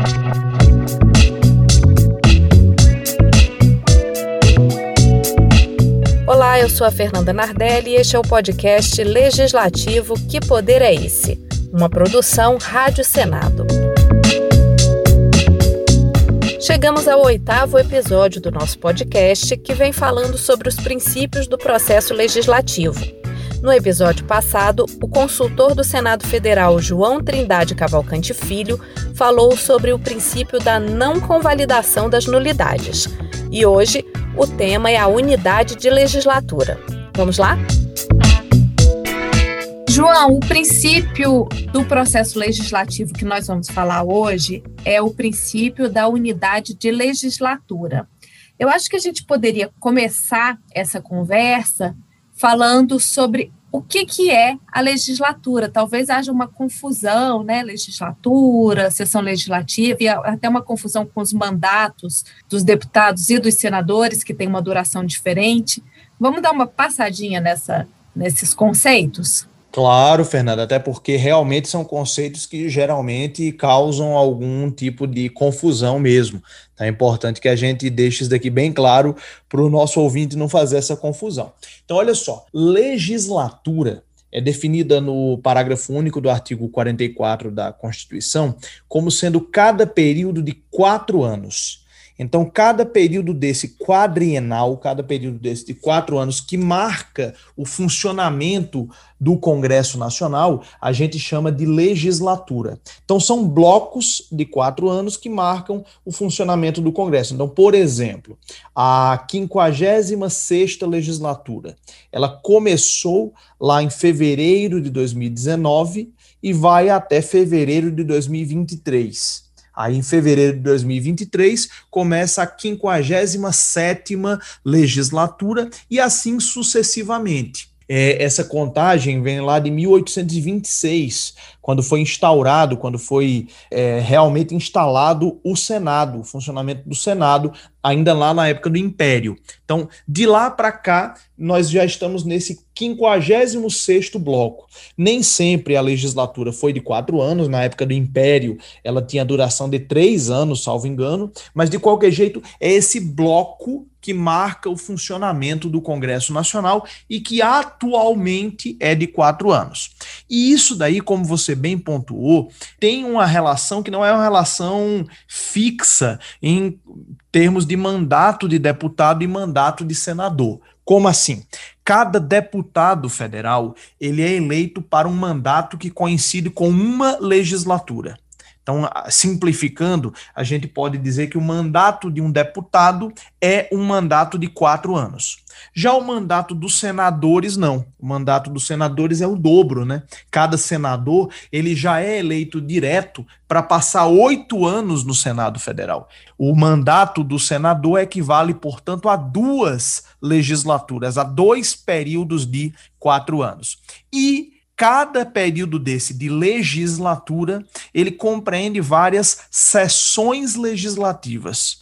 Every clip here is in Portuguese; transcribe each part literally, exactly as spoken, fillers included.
Olá, eu sou a Fernanda Nardelli e este é o podcast Legislativo Que Poder é Esse? Uma produção Rádio Senado. Chegamos ao oitavo episódio do nosso podcast, que vem falando sobre os princípios do processo legislativo. No episódio passado, o consultor do Senado Federal, João Trindade Cavalcante Filho, falou sobre o princípio da não convalidação das nulidades. E hoje, o tema é a unidade de legislatura. Vamos lá? João, o princípio do processo legislativo que nós vamos falar hoje é o princípio da unidade de legislatura. Eu acho que a gente poderia começar essa conversa falando sobre o que, que é a legislatura. Talvez haja uma confusão, né? Legislatura, sessão legislativa, e até uma confusão com os mandatos dos deputados e dos senadores, que tem uma duração diferente. Vamos dar uma passadinha nessa, nesses conceitos? Claro, Fernanda, até porque realmente são conceitos que geralmente causam algum tipo de confusão mesmo. É importante que a gente deixe isso daqui bem claro para o nosso ouvinte não fazer essa confusão. Então, olha só, legislatura é definida no parágrafo único do artigo quarenta e quatro da Constituição como sendo cada período de quatro anos. Então, cada período desse quadrienal, cada período desse de quatro anos que marca o funcionamento do Congresso Nacional, a gente chama de legislatura. Então, são blocos de quatro anos que marcam o funcionamento do Congresso. Então, por exemplo, a quinquagésima sexta legislatura, ela começou lá em fevereiro de dois mil e dezenove e vai até fevereiro de dois mil e vinte e três. Aí, em fevereiro de dois mil e vinte e três, começa a quinquagésima sétima legislatura e assim sucessivamente. É, essa contagem vem lá de mil oitocentos e vinte e seis, quando foi instaurado, quando foi é, realmente instalado o Senado, o funcionamento do Senado, ainda lá na época do Império. Então, de lá para cá, nós já estamos nesse quinquagésimo sexto bloco. Nem sempre a legislatura foi de quatro anos, na época do Império ela tinha duração de três anos, salvo engano, mas de qualquer jeito é esse bloco que marca o funcionamento do Congresso Nacional e que atualmente é de quatro anos. E isso daí, como você bem pontuou, tem uma relação que não é uma relação fixa em termos de mandato de deputado e mandato de senador. Como assim? Cada deputado federal, ele é eleito para um mandato que coincide com uma legislatura. Então, simplificando, a gente pode dizer que o mandato de um deputado é um mandato de quatro anos. Já o mandato dos senadores, não. O mandato dos senadores é o dobro, né? Cada senador, ele já é eleito direto para passar oito anos no Senado Federal. O mandato do senador equivale, portanto, a duas legislaturas, a dois períodos de quatro anos. E cada período desse de legislatura, ele compreende várias sessões legislativas.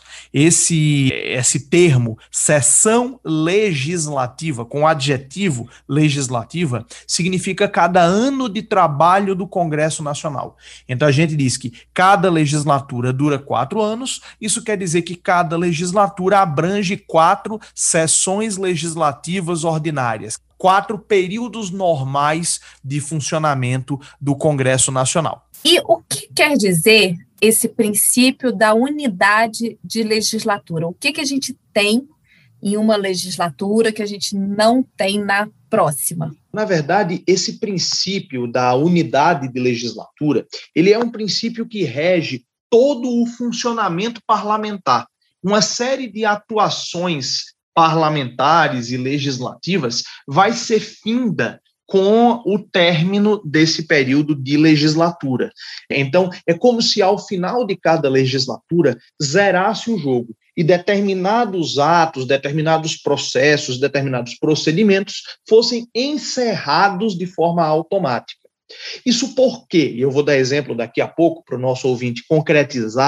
Esse, esse termo, sessão legislativa, com o adjetivo legislativa, significa cada ano de trabalho do Congresso Nacional. Então a gente diz que cada legislatura dura quatro anos, isso quer dizer que cada legislatura abrange quatro sessões legislativas ordinárias. Quatro períodos normais de funcionamento do Congresso Nacional. E o que quer dizer esse princípio da unidade de legislatura? O que, que a gente tem em uma legislatura que a gente não tem na próxima? Na verdade, esse princípio da unidade de legislatura, ele é um princípio que rege todo o funcionamento parlamentar. Uma série de atuações parlamentares e legislativas vai ser finda com o término desse período de legislatura. Então, é como se ao final de cada legislatura zerasse o jogo e determinados atos, determinados processos, determinados procedimentos fossem encerrados de forma automática. Isso por quê? E eu vou dar exemplo daqui a pouco para o nosso ouvinte concretizar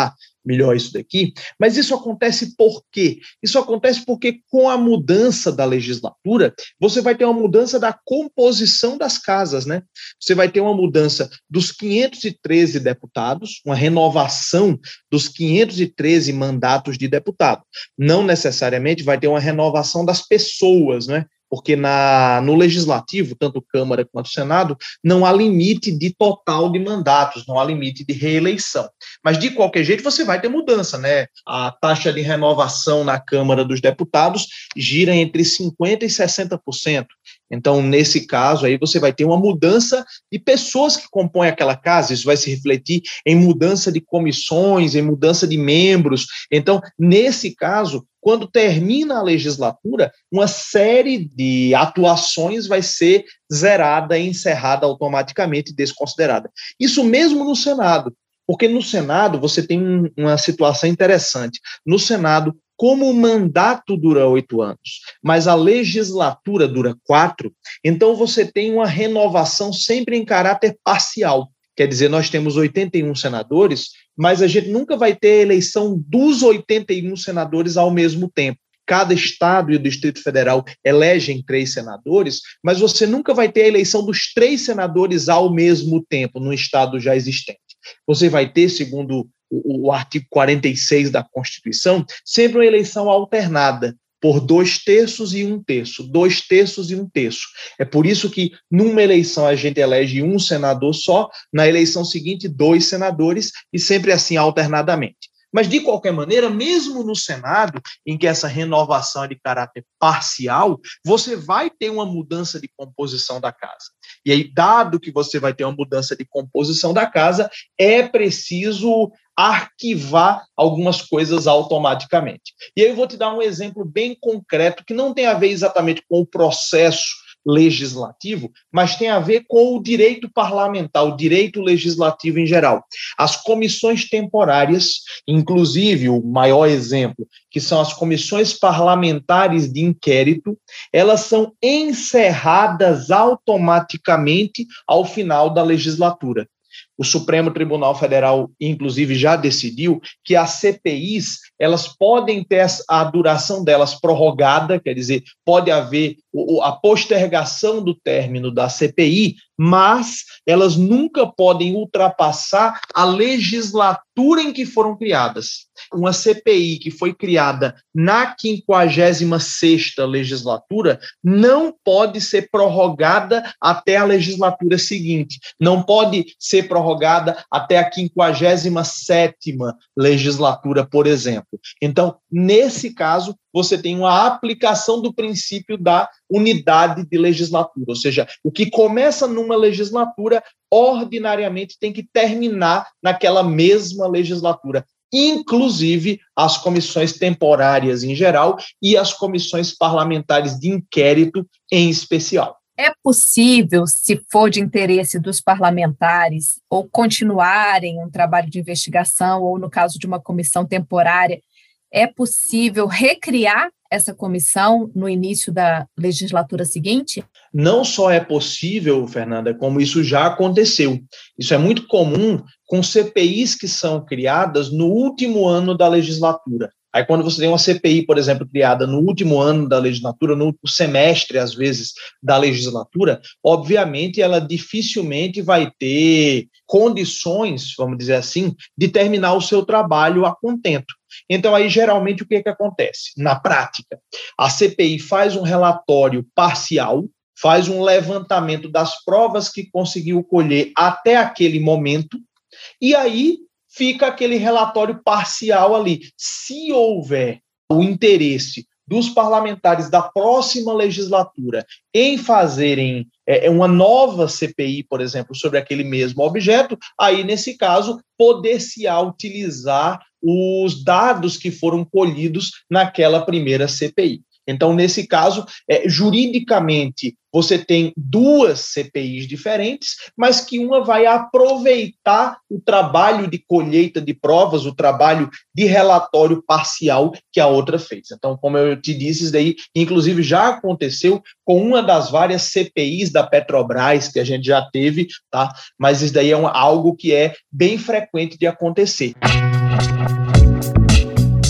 melhor isso daqui, mas isso acontece por quê? Isso acontece porque com a mudança da legislatura, você vai ter uma mudança da composição das casas, né? Você vai ter uma mudança dos quinhentos e treze deputados, uma renovação dos quinhentos e treze mandatos de deputado. Não necessariamente vai ter uma renovação das pessoas, né? Porque na, no Legislativo, tanto Câmara quanto Senado, não há limite de total de mandatos, não há limite de reeleição. Mas, de qualquer jeito, você vai ter mudança, né? A taxa de renovação na Câmara dos Deputados gira entre cinquenta por cento e sessenta por cento. Então, nesse caso, aí você vai ter uma mudança de pessoas que compõem aquela casa, isso vai se refletir em mudança de comissões, em mudança de membros. Então, nesse caso, quando termina a legislatura, uma série de atuações vai ser zerada e encerrada automaticamente, desconsiderada. Isso mesmo no Senado, porque no Senado você tem um, uma situação interessante. No Senado, como o mandato dura oito anos, mas a legislatura dura quatro, então você tem uma renovação sempre em caráter parcial. Quer dizer, nós temos oitenta e um senadores, mas a gente nunca vai ter a eleição dos oitenta e um senadores ao mesmo tempo. Cada estado e o Distrito Federal elegem três senadores, mas você nunca vai ter a eleição dos três senadores ao mesmo tempo, no estado já existente. Você vai ter, segundo o, o artigo quarenta e seis da Constituição, sempre uma eleição alternada, por dois terços e um terço, dois terços e um terço. É por isso que, numa eleição, a gente elege um senador só, na eleição seguinte, dois senadores, e sempre assim, alternadamente. Mas, de qualquer maneira, mesmo no Senado, em que essa renovação é de caráter parcial, você vai ter uma mudança de composição da casa. E aí, dado que você vai ter uma mudança de composição da casa, é preciso arquivar algumas coisas automaticamente. E aí eu vou te dar um exemplo bem concreto, que não tem a ver exatamente com o processo legislativo, mas tem a ver com o direito parlamentar, o direito legislativo em geral. As comissões temporárias, inclusive o maior exemplo, que são as comissões parlamentares de inquérito, elas são encerradas automaticamente ao final da legislatura. O Supremo Tribunal Federal, inclusive, já decidiu que as C P Is, elas podem ter a duração delas prorrogada, quer dizer, pode haver a postergação do término da C P I, mas elas nunca podem ultrapassar a legislatura em que foram criadas. Uma C P I que foi criada na quinquagésima sexta legislatura não pode ser prorrogada até a legislatura seguinte, não pode ser prorrogada até a quinquagésima sétima legislatura, por exemplo. Então, nesse caso, você tem uma aplicação do princípio da unidade de legislatura, ou seja, o que começa numa legislatura, ordinariamente tem que terminar naquela mesma legislatura, inclusive as comissões temporárias em geral e as comissões parlamentares de inquérito em especial. É possível, se for de interesse dos parlamentares, ou continuarem um trabalho de investigação, ou no caso de uma comissão temporária, é possível recriar essa comissão no início da legislatura seguinte? Não só é possível, Fernanda, como isso já aconteceu. Isso é muito comum com C P Is que são criadas no último ano da legislatura. Aí, quando você tem uma C P I, por exemplo, criada no último ano da legislatura, no último semestre, às vezes, da legislatura, obviamente ela dificilmente vai ter condições, vamos dizer assim, de terminar o seu trabalho a contento. Então, aí, geralmente, o que, que acontece? Na prática, a C P I faz um relatório parcial, faz um levantamento das provas que conseguiu colher até aquele momento, e aí fica aquele relatório parcial ali. Se houver o interesse dos parlamentares da próxima legislatura em fazerem é, uma nova C P I, por exemplo, sobre aquele mesmo objeto, aí, nesse caso, poder-se-á utilizar os dados que foram colhidos naquela primeira C P I. Então, nesse caso, é, juridicamente, você tem duas C P Is diferentes, mas que uma vai aproveitar o trabalho de colheita de provas, o trabalho de relatório parcial que a outra fez. Então, como eu te disse, isso daí, inclusive, já aconteceu com uma das várias C P Is da Petrobras que a gente já teve, tá? Mas isso daí é um, algo que é bem frequente de acontecer.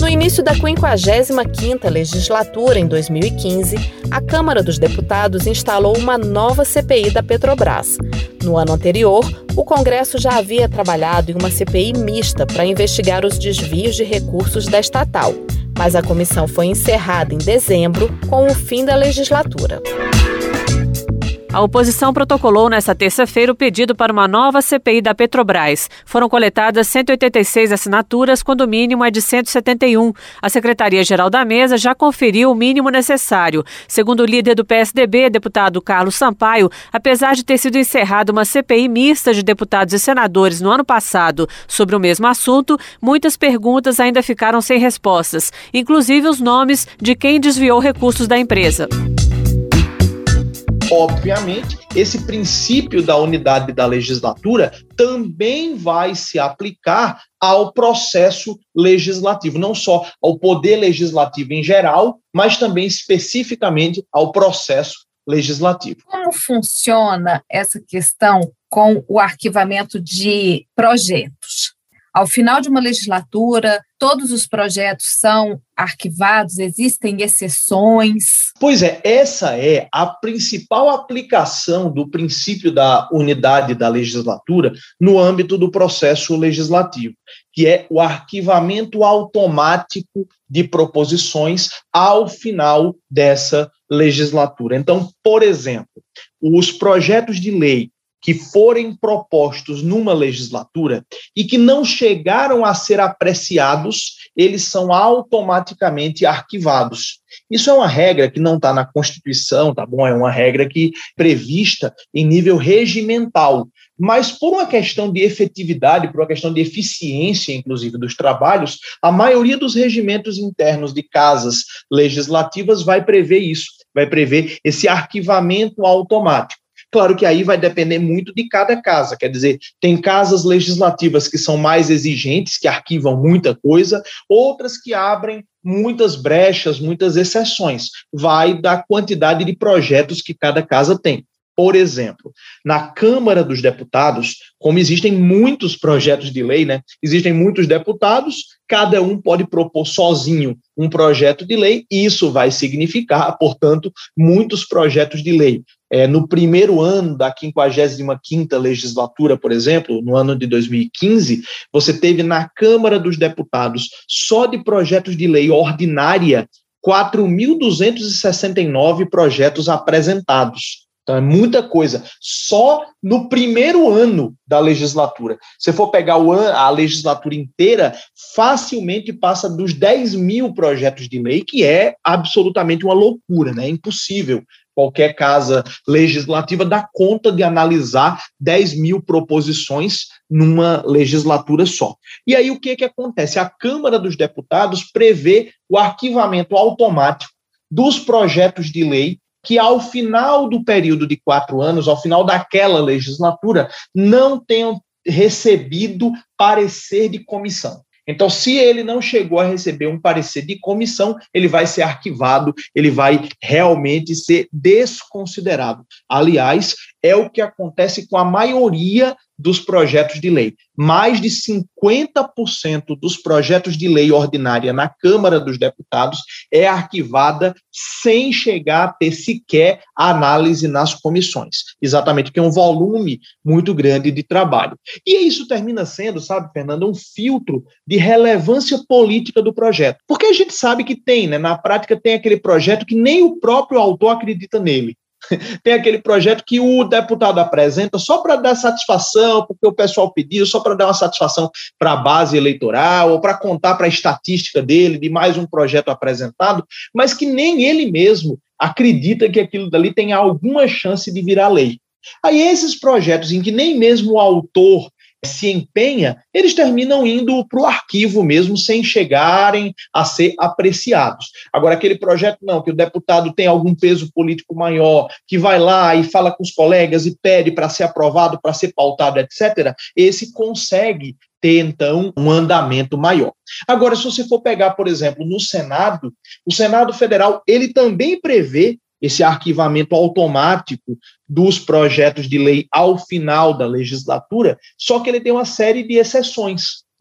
No início da quinquagésima quinta legislatura, em dois mil e quinze, a Câmara dos Deputados instalou uma nova C P I da Petrobras. No ano anterior, o Congresso já havia trabalhado em uma C P I mista para investigar os desvios de recursos da estatal, mas a comissão foi encerrada em dezembro, com o fim da legislatura. A oposição protocolou nesta terça-feira o pedido para uma nova C P I da Petrobras. Foram coletadas cento e oitenta e seis assinaturas, quando o mínimo é de cento e setenta e um. A Secretaria-Geral da Mesa já conferiu o mínimo necessário. Segundo o líder do P S D B, deputado Carlos Sampaio, apesar de ter sido encerrada uma C P I mista de deputados e senadores no ano passado sobre o mesmo assunto, muitas perguntas ainda ficaram sem respostas, inclusive os nomes de quem desviou recursos da empresa. Obviamente, esse princípio da unidade da legislatura também vai se aplicar ao processo legislativo, não só ao poder legislativo em geral, mas também especificamente ao processo legislativo. Como funciona essa questão com o arquivamento de projetos? Ao final de uma legislatura, todos os projetos são arquivados? Existem exceções? Pois é, essa é a principal aplicação do princípio da unidade da legislatura no âmbito do processo legislativo, que é o arquivamento automático de proposições ao final dessa legislatura. Então, por exemplo, os projetos de lei que forem propostos numa legislatura e que não chegaram a ser apreciados, eles são automaticamente arquivados. Isso é uma regra que não está na Constituição, tá bom? É uma regra que prevista em nível regimental. Mas por uma questão de efetividade, por uma questão de eficiência, inclusive, dos trabalhos, a maioria dos regimentos internos de casas legislativas vai prever isso, vai prever esse arquivamento automático. Claro que aí vai depender muito de cada casa, quer dizer, tem casas legislativas que são mais exigentes, que arquivam muita coisa, outras que abrem muitas brechas, muitas exceções. Vai da quantidade de projetos que cada casa tem. Por exemplo, na Câmara dos Deputados, como existem muitos projetos de lei, né? Existem muitos deputados, cada um pode propor sozinho um projeto de lei, e isso vai significar, portanto, muitos projetos de lei. É, no primeiro ano da quinquagésima quinta legislatura, por exemplo, no ano de dois mil e quinze, você teve na Câmara dos Deputados, só de projetos de lei ordinária, quatro mil duzentos e sessenta e nove projetos apresentados. Então, é muita coisa. Só no primeiro ano da legislatura. Se for pegar o an- a legislatura inteira, facilmente passa dos dez mil projetos de lei, que é absolutamente uma loucura, né? É impossível qualquer casa legislativa dar conta de analisar dez mil proposições numa legislatura só. E aí o que, que acontece? A Câmara dos Deputados prevê o arquivamento automático dos projetos de lei que ao final do período de quatro anos, ao final daquela legislatura, não tenham recebido parecer de comissão. Então, se ele não chegou a receber um parecer de comissão, ele vai ser arquivado, ele vai realmente ser desconsiderado. Aliás, é o que acontece com a maioria dos projetos de lei. Mais de cinquenta por cento dos projetos de lei ordinária na Câmara dos Deputados é arquivada sem chegar a ter sequer análise nas comissões. Exatamente, porque é um volume muito grande de trabalho. E isso termina sendo, sabe, Fernanda, um filtro de relevância política do projeto. Porque a gente sabe que tem, né? Na prática tem aquele projeto que nem o próprio autor acredita nele. Tem aquele projeto que o deputado apresenta só para dar satisfação, porque o pessoal pediu, só para dar uma satisfação para a base eleitoral, ou para contar para a estatística dele de mais um projeto apresentado, mas que nem ele mesmo acredita que aquilo dali tem alguma chance de virar lei. Aí esses projetos em que nem mesmo o autor se empenha, eles terminam indo para o arquivo mesmo, sem chegarem a ser apreciados. Agora, aquele projeto não, que o deputado tem algum peso político maior, que vai lá e fala com os colegas e pede para ser aprovado, para ser pautado, etcétera, esse consegue ter, então, um andamento maior. Agora, se você for pegar, por exemplo, no Senado, o Senado Federal, ele também prevê esse arquivamento automático dos projetos de lei ao final da legislatura, só que ele tem uma série de exceções.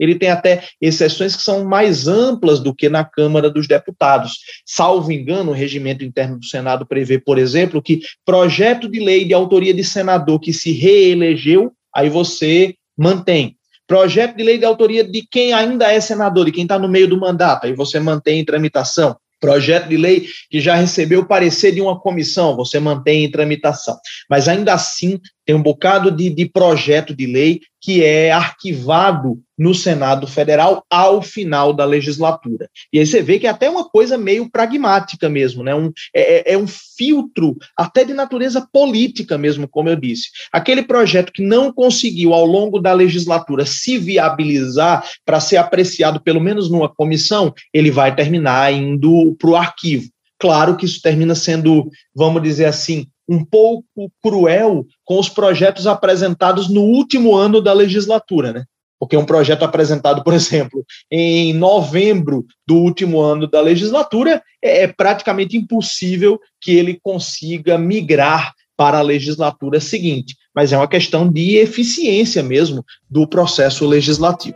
ele tem até exceções que são mais amplas do que na Câmara dos Deputados. Salvo engano, o regimento interno do Senado prevê, por exemplo, que projeto de lei de autoria de senador que se reelegeu, aí você mantém. Projeto de lei de autoria de quem ainda é senador, de quem está no meio do mandato, aí você mantém em tramitação. Projeto de lei que já recebeu o parecer de uma comissão, você mantém em tramitação. Mas ainda assim, tem um bocado de, de projeto de lei que é arquivado no Senado Federal ao final da legislatura. E aí você vê que é até uma coisa meio pragmática mesmo, né? Um, é, é um filtro até de natureza política mesmo, como eu disse. Aquele projeto que não conseguiu, ao longo da legislatura, se viabilizar para ser apreciado, pelo menos numa comissão, ele vai terminar indo para o arquivo. Claro que isso termina sendo, vamos dizer assim, um pouco cruel com os projetos apresentados no último ano da legislatura, né? Porque um projeto apresentado, por exemplo, em novembro do último ano da legislatura, é praticamente impossível que ele consiga migrar para a legislatura seguinte. Mas é uma questão de eficiência mesmo do processo legislativo.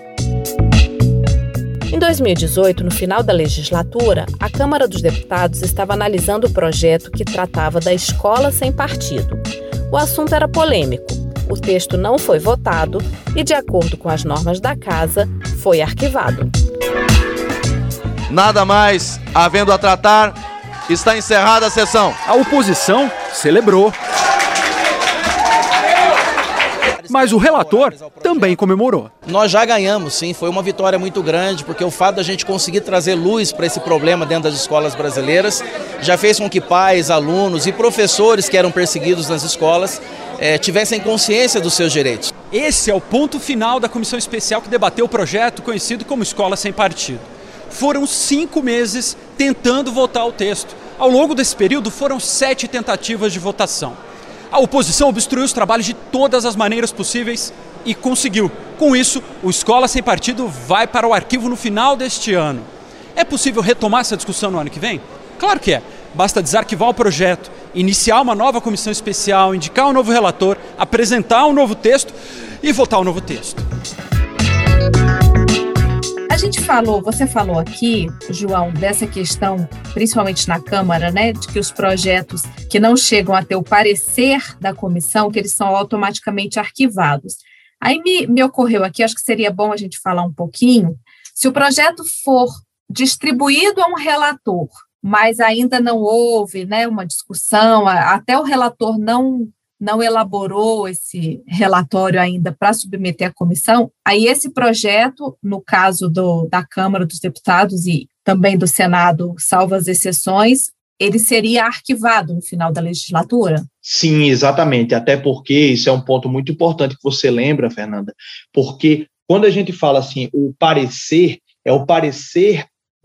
Em dois mil e dezoito, no final da legislatura, a Câmara dos Deputados estava analisando o projeto que tratava da escola sem partido. O assunto era polêmico. O texto não foi votado e, de acordo com as normas da Casa, foi arquivado. Nada mais havendo a tratar, está encerrada a sessão. A oposição celebrou. Mas o relator também comemorou. Nós já ganhamos, sim, foi uma vitória muito grande, porque o fato da gente conseguir trazer luz para esse problema dentro das escolas brasileiras já fez com que pais, alunos e professores que eram perseguidos nas escolas eh, tivessem consciência dos seus direitos. Esse é o ponto final da comissão especial que debateu o projeto conhecido como Escola Sem Partido. Foram cinco meses tentando votar o texto. Ao longo desse período foram sete tentativas de votação. A oposição obstruiu os trabalhos de todas as maneiras possíveis e conseguiu. Com isso, o Escola Sem Partido vai para o arquivo no final deste ano. É possível retomar essa discussão no ano que vem? Claro que é. Basta desarquivar o projeto, iniciar uma nova comissão especial, indicar um novo relator, apresentar um novo texto e votar um novo texto. A gente falou, você falou aqui, João, dessa questão, principalmente na Câmara, né, de que os projetos que não chegam a ter o parecer da comissão, que eles são automaticamente arquivados. Aí me, me ocorreu aqui, acho que seria bom a gente falar um pouquinho, se o projeto for distribuído a um relator, mas ainda não houve, né, uma discussão, até o relator não... não elaborou esse relatório ainda para submeter à comissão, aí esse projeto, no caso do, da Câmara dos Deputados e também do Senado, salvo as exceções, ele seria arquivado no final da legislatura? Sim, exatamente, até porque isso é um ponto muito importante que você lembra, Fernanda, porque quando a gente fala assim, o parecer, é o parecer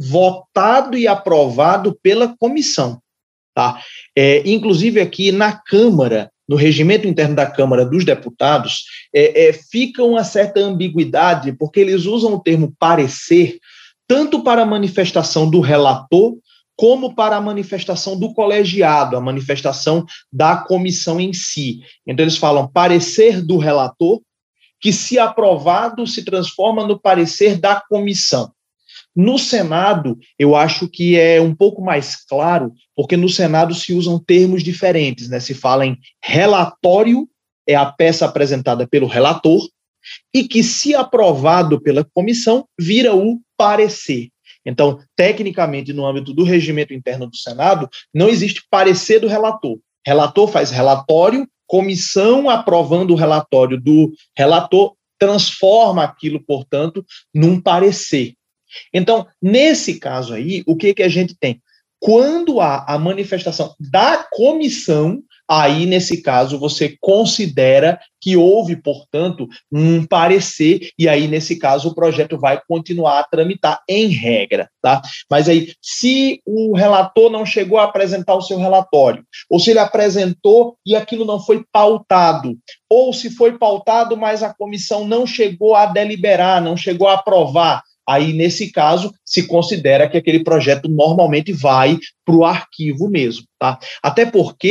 votado e aprovado pela comissão, tá? É, inclusive aqui na Câmara, no regimento interno da Câmara dos Deputados, é, é, fica uma certa ambiguidade, porque eles usam o termo parecer tanto para a manifestação do relator, como para a manifestação do colegiado, a manifestação da comissão em si. Então, eles falam parecer do relator, que, se aprovado, se transforma no parecer da comissão. No Senado, eu acho que é um pouco mais claro, porque no Senado se usam termos diferentes, né? Se fala em relatório, é a peça apresentada pelo relator, e que, se aprovado pela comissão, vira o parecer. Então, tecnicamente, no âmbito do regimento interno do Senado, não existe parecer do relator. Relator faz relatório, comissão aprovando o relatório do relator, transforma aquilo, portanto, num parecer. Então, nesse caso aí, o que, que a gente tem? Quando há a manifestação da comissão, aí, nesse caso, você considera que houve, portanto, um parecer, e aí, nesse caso, o projeto vai continuar a tramitar em regra, tá? Mas aí, se o relator não chegou a apresentar o seu relatório, ou se ele apresentou e aquilo não foi pautado, ou se foi pautado, mas a comissão não chegou a deliberar, não chegou a aprovar, aí, nesse caso, se considera que aquele projeto normalmente vai para o arquivo mesmo, tá? Até porque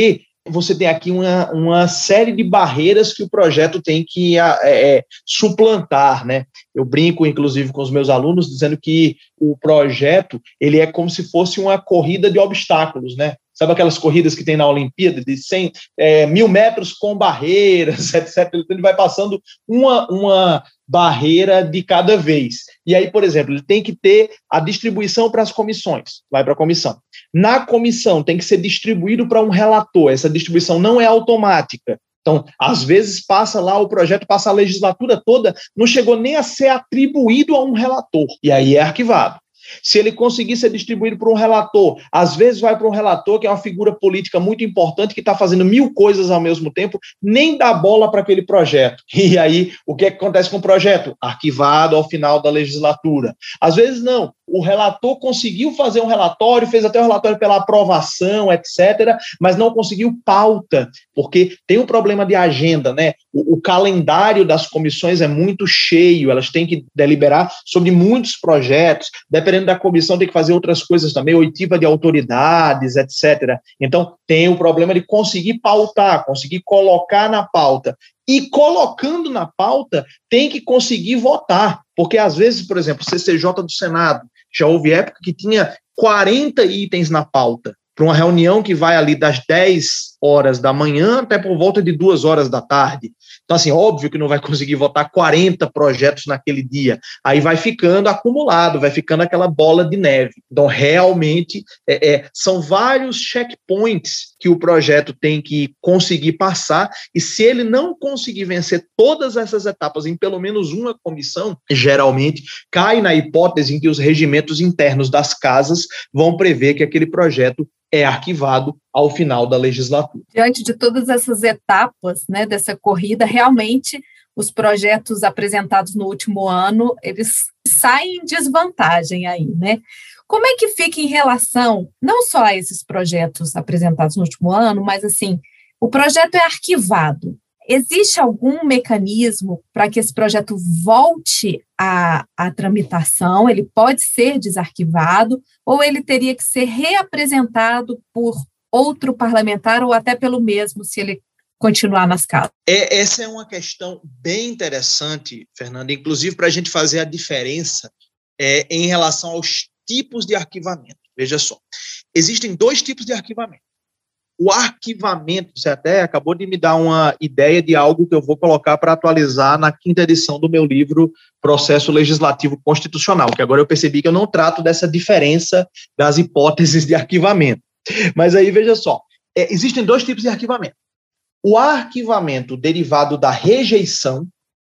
você tem aqui uma, uma série de barreiras que o projeto tem que é, suplantar, né? Eu brinco, inclusive, com os meus alunos, dizendo que o projeto ele é como se fosse uma corrida de obstáculos, né? Sabe aquelas corridas que tem na Olimpíada, de cem, é, mil metros com barreiras, etcétera. Ele vai passando uma, uma barreira de cada vez. E aí, por exemplo, ele tem que ter a distribuição para as comissões, vai para a comissão. Na comissão tem que ser distribuído para um relator, essa distribuição não é automática. Então, às vezes passa lá, o projeto passa a legislatura toda, não chegou nem a ser atribuído a um relator, e aí é arquivado. Se ele conseguir ser distribuído por um relator, às vezes vai para um relator que é uma figura política muito importante, que está fazendo mil coisas ao mesmo tempo, nem dá bola para aquele projeto. E aí, o que, é que acontece com o projeto? Arquivado ao final da legislatura. Às vezes não, o relator conseguiu fazer um relatório, fez até o relatório pela aprovação, etcétera, mas não conseguiu pauta, porque tem um problema de agenda, né? O, o calendário das comissões é muito cheio, elas têm que deliberar sobre muitos projetos, dependendo da comissão tem que fazer outras coisas também, oitiva de autoridades, etcétera. Então, tem o problema de conseguir pautar, conseguir colocar na pauta. E colocando na pauta, tem que conseguir votar, porque às vezes, por exemplo, o C C J do Senado, já houve época que tinha quarenta itens na pauta, para uma reunião que vai ali das dez horas da manhã até por volta de duas horas da tarde. Então, assim, óbvio que não vai conseguir votar quarenta projetos naquele dia. Aí vai ficando acumulado, vai ficando aquela bola de neve. Então, realmente, é, é, são vários checkpoints que o projeto tem que conseguir passar, e se ele não conseguir vencer todas essas etapas em pelo menos uma comissão, geralmente cai na hipótese em que os regimentos internos das casas vão prever que aquele projeto é arquivado ao final da legislatura. Diante de todas essas etapas, né, dessa corrida, realmente os projetos apresentados no último ano, eles saem em desvantagem aí, né? Como é que fica em relação, não só a esses projetos apresentados no último ano, mas assim, o projeto é arquivado. Existe algum mecanismo para que esse projeto volte à, à tramitação? Ele pode ser desarquivado ou ele teria que ser reapresentado por outro parlamentar ou até pelo mesmo, se ele continuar nas casas? É, essa é uma questão bem interessante, Fernanda, inclusive para a gente fazer a diferença é, em relação aos tipos de arquivamento. Veja só, existem dois tipos de arquivamento. O arquivamento, você até acabou de me dar uma ideia de algo que eu vou colocar para atualizar na quinta edição do meu livro Processo Legislativo Constitucional, que agora eu percebi que eu não trato dessa diferença das hipóteses de arquivamento. Mas aí, veja só, é, existem dois tipos de arquivamento. O arquivamento derivado da rejeição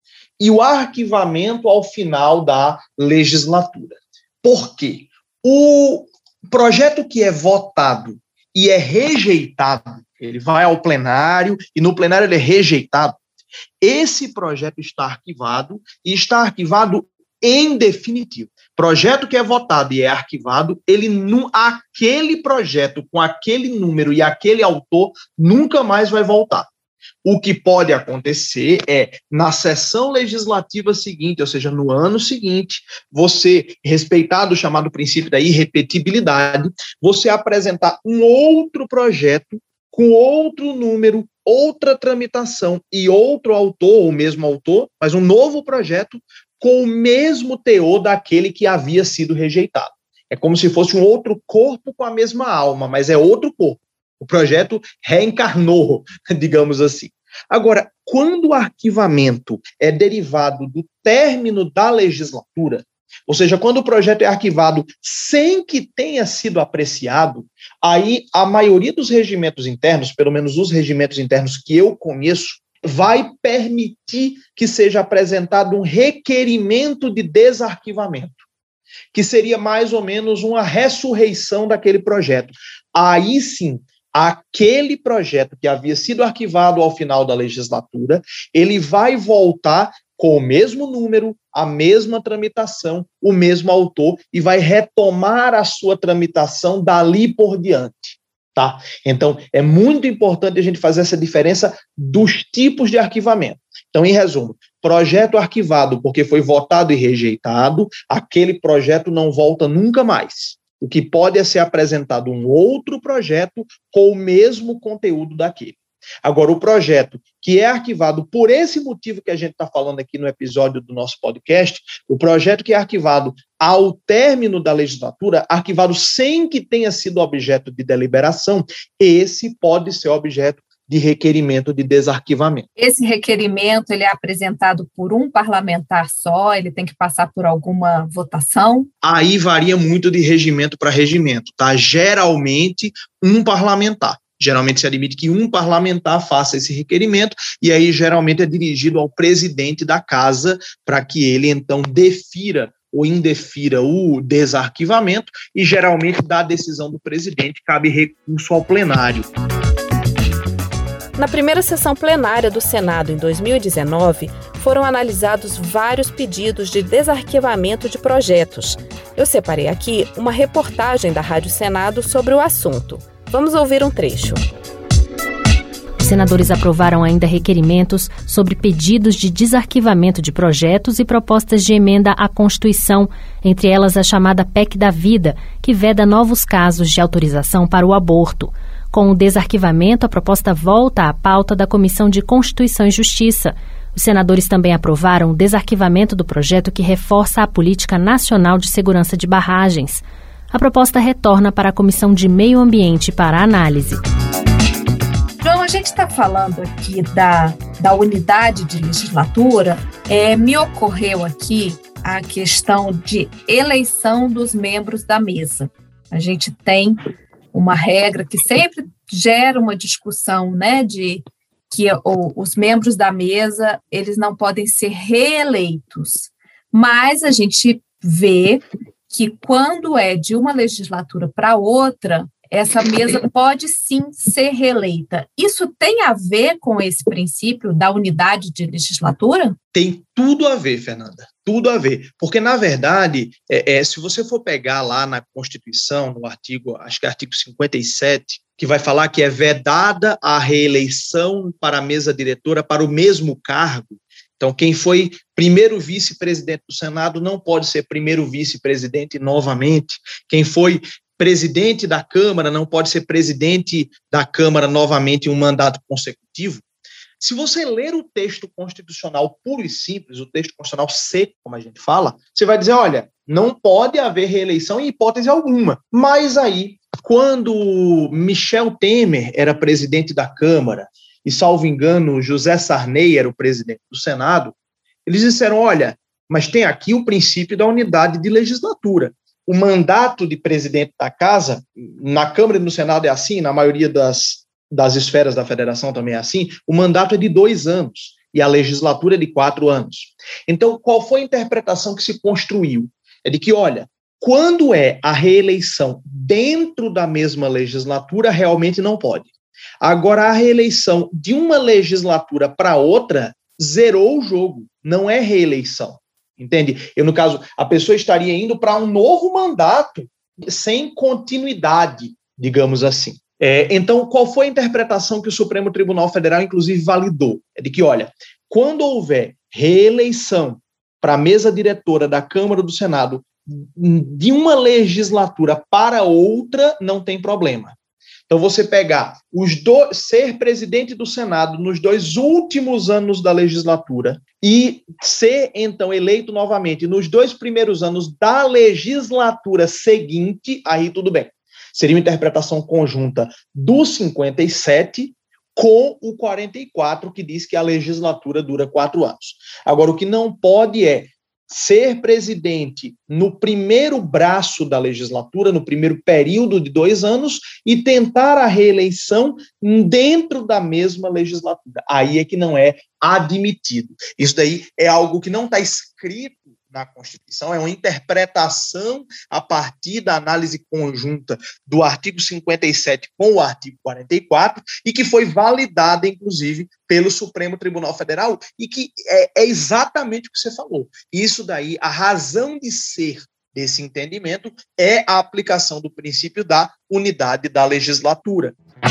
e o arquivamento ao final da legislatura. Por quê? O projeto que é votado e é rejeitado, ele vai ao plenário e no plenário ele é rejeitado, esse projeto está arquivado e está arquivado em definitivo. Projeto que é votado e é arquivado, ele, aquele projeto com aquele número e aquele autor nunca mais vai voltar. O que pode acontecer é, na sessão legislativa seguinte, ou seja, no ano seguinte, você, respeitado o chamado princípio da irrepetibilidade, você apresentar um outro projeto com outro número, outra tramitação e outro autor, ou mesmo autor, mas um novo projeto com o mesmo teor daquele que havia sido rejeitado. É como se fosse um outro corpo com a mesma alma, mas é outro corpo. O projeto reencarnou, digamos assim. Agora, quando o arquivamento é derivado do término da legislatura, ou seja, quando o projeto é arquivado sem que tenha sido apreciado, aí a maioria dos regimentos internos, pelo menos os regimentos internos que eu conheço, vai permitir que seja apresentado um requerimento de desarquivamento, que seria mais ou menos uma ressurreição daquele projeto. Aí sim, aquele projeto que havia sido arquivado ao final da legislatura, ele vai voltar com o mesmo número, a mesma tramitação, o mesmo autor, e vai retomar a sua tramitação dali por diante. Tá? Então, é muito importante a gente fazer essa diferença dos tipos de arquivamento. Então, em resumo, projeto arquivado porque foi votado e rejeitado, aquele projeto não volta nunca mais. O que pode é ser apresentado um outro projeto com o mesmo conteúdo daquele. Agora, o projeto que é arquivado por esse motivo que a gente está falando aqui no episódio do nosso podcast, o projeto que é arquivado ao término da legislatura, arquivado sem que tenha sido objeto de deliberação, esse pode ser objeto de requerimento de desarquivamento. Esse requerimento ele é apresentado por um parlamentar só, ele tem que passar por alguma votação? Aí varia muito de regimento para regimento, tá? Geralmente, um parlamentar. Geralmente se admite que um parlamentar faça esse requerimento e aí geralmente é dirigido ao presidente da casa para que ele então defira ou indefira o desarquivamento e geralmente da decisão do presidente cabe recurso ao plenário. Na primeira sessão plenária do Senado em dois mil e dezenove, foram analisados vários pedidos de desarquivamento de projetos. Eu separei aqui uma reportagem da Rádio Senado sobre o assunto. Vamos ouvir um trecho. Os senadores aprovaram ainda requerimentos sobre pedidos de desarquivamento de projetos e propostas de emenda à Constituição, entre elas a chamada P E C da Vida, que veda novos casos de autorização para o aborto. Com o desarquivamento, a proposta volta à pauta da Comissão de Constituição e Justiça. Os senadores também aprovaram o desarquivamento do projeto que reforça a Política Nacional de Segurança de Barragens. A proposta retorna para a Comissão de Meio Ambiente para análise. João, a gente está falando aqui da, da unidade de legislatura. É, me ocorreu aqui a questão de eleição dos membros da mesa. A gente tem uma regra que sempre gera uma discussão, né, de que o, os membros da mesa eles não podem ser reeleitos. Mas a gente vê que quando é de uma legislatura para outra, essa mesa pode sim ser reeleita. Isso tem a ver com esse princípio da unidade de legislatura? Tem tudo a ver, Fernanda, tudo a ver. Porque, na verdade, é, é, se você for pegar lá na Constituição, no artigo, acho que é artigo cinquenta e sete, que vai falar que é vedada a reeleição para a mesa diretora para o mesmo cargo. Então, quem foi primeiro vice-presidente do Senado não pode ser primeiro vice-presidente novamente. Quem foi presidente da Câmara não pode ser presidente da Câmara novamente em um mandato consecutivo. Se você ler o texto constitucional puro e simples, o texto constitucional seco, como a gente fala, você vai dizer, olha, não pode haver reeleição em hipótese alguma. Mas aí, quando Michel Temer era presidente da Câmara, e, salvo engano, José Sarney era o presidente do Senado, eles disseram, olha, mas tem aqui o princípio da unidade de legislatura. O mandato de presidente da casa, na Câmara e no Senado é assim, na maioria das, das esferas da federação também é assim, o mandato é de dois anos e a legislatura é de quatro anos. Então, qual foi a interpretação que se construiu? É de que, olha, quando é a reeleição dentro da mesma legislatura, realmente não pode. Agora, a reeleição de uma legislatura para outra zerou o jogo, não é reeleição, entende? Eu, no caso, a pessoa estaria indo para um novo mandato sem continuidade, digamos assim. É, então, qual foi a interpretação que o Supremo Tribunal Federal, inclusive, validou? É de que, olha, quando houver reeleição para a mesa diretora da Câmara ou do Senado de uma legislatura para outra, não tem problema. Então, você pegar os dois, ser presidente do Senado nos dois últimos anos da legislatura e ser, então, eleito novamente nos dois primeiros anos da legislatura seguinte, aí tudo bem. Seria uma interpretação conjunta do cinquenta e sete com o quarenta e quatro, que diz que a legislatura dura quatro anos. Agora, o que não pode é ser presidente no primeiro braço da legislatura, no primeiro período de dois anos, e tentar a reeleição dentro da mesma legislatura. Aí é que não é admitido. Isso daí é algo que não está escrito na Constituição, é uma interpretação a partir da análise conjunta do artigo cinquenta e sete com o artigo quarenta e quatro e que foi validada, inclusive, pelo Supremo Tribunal Federal e que é, é exatamente o que você falou. Isso daí, a razão de ser desse entendimento é a aplicação do princípio da unidade da legislatura.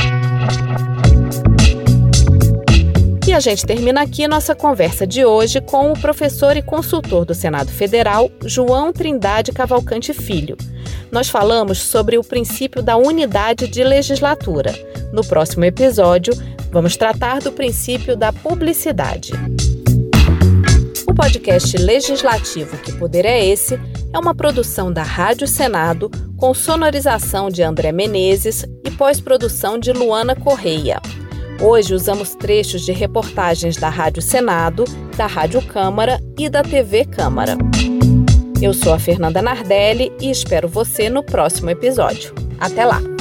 E a gente termina aqui nossa conversa de hoje com o professor e consultor do Senado Federal, João Trindade Cavalcante Filho. nós falamos sobre o princípio da unidade de legislatura. No próximo episódio, vamos tratar do princípio da publicidade. O podcast legislativo Que Poder é Esse? É uma produção da Rádio Senado, com sonorização de André Menezes e pós-produção de Luana Correia. Hoje usamos trechos de reportagens da Rádio Senado, da Rádio Câmara e da T V Câmara. Eu sou a Fernanda Nardelli e espero você no próximo episódio. Até lá!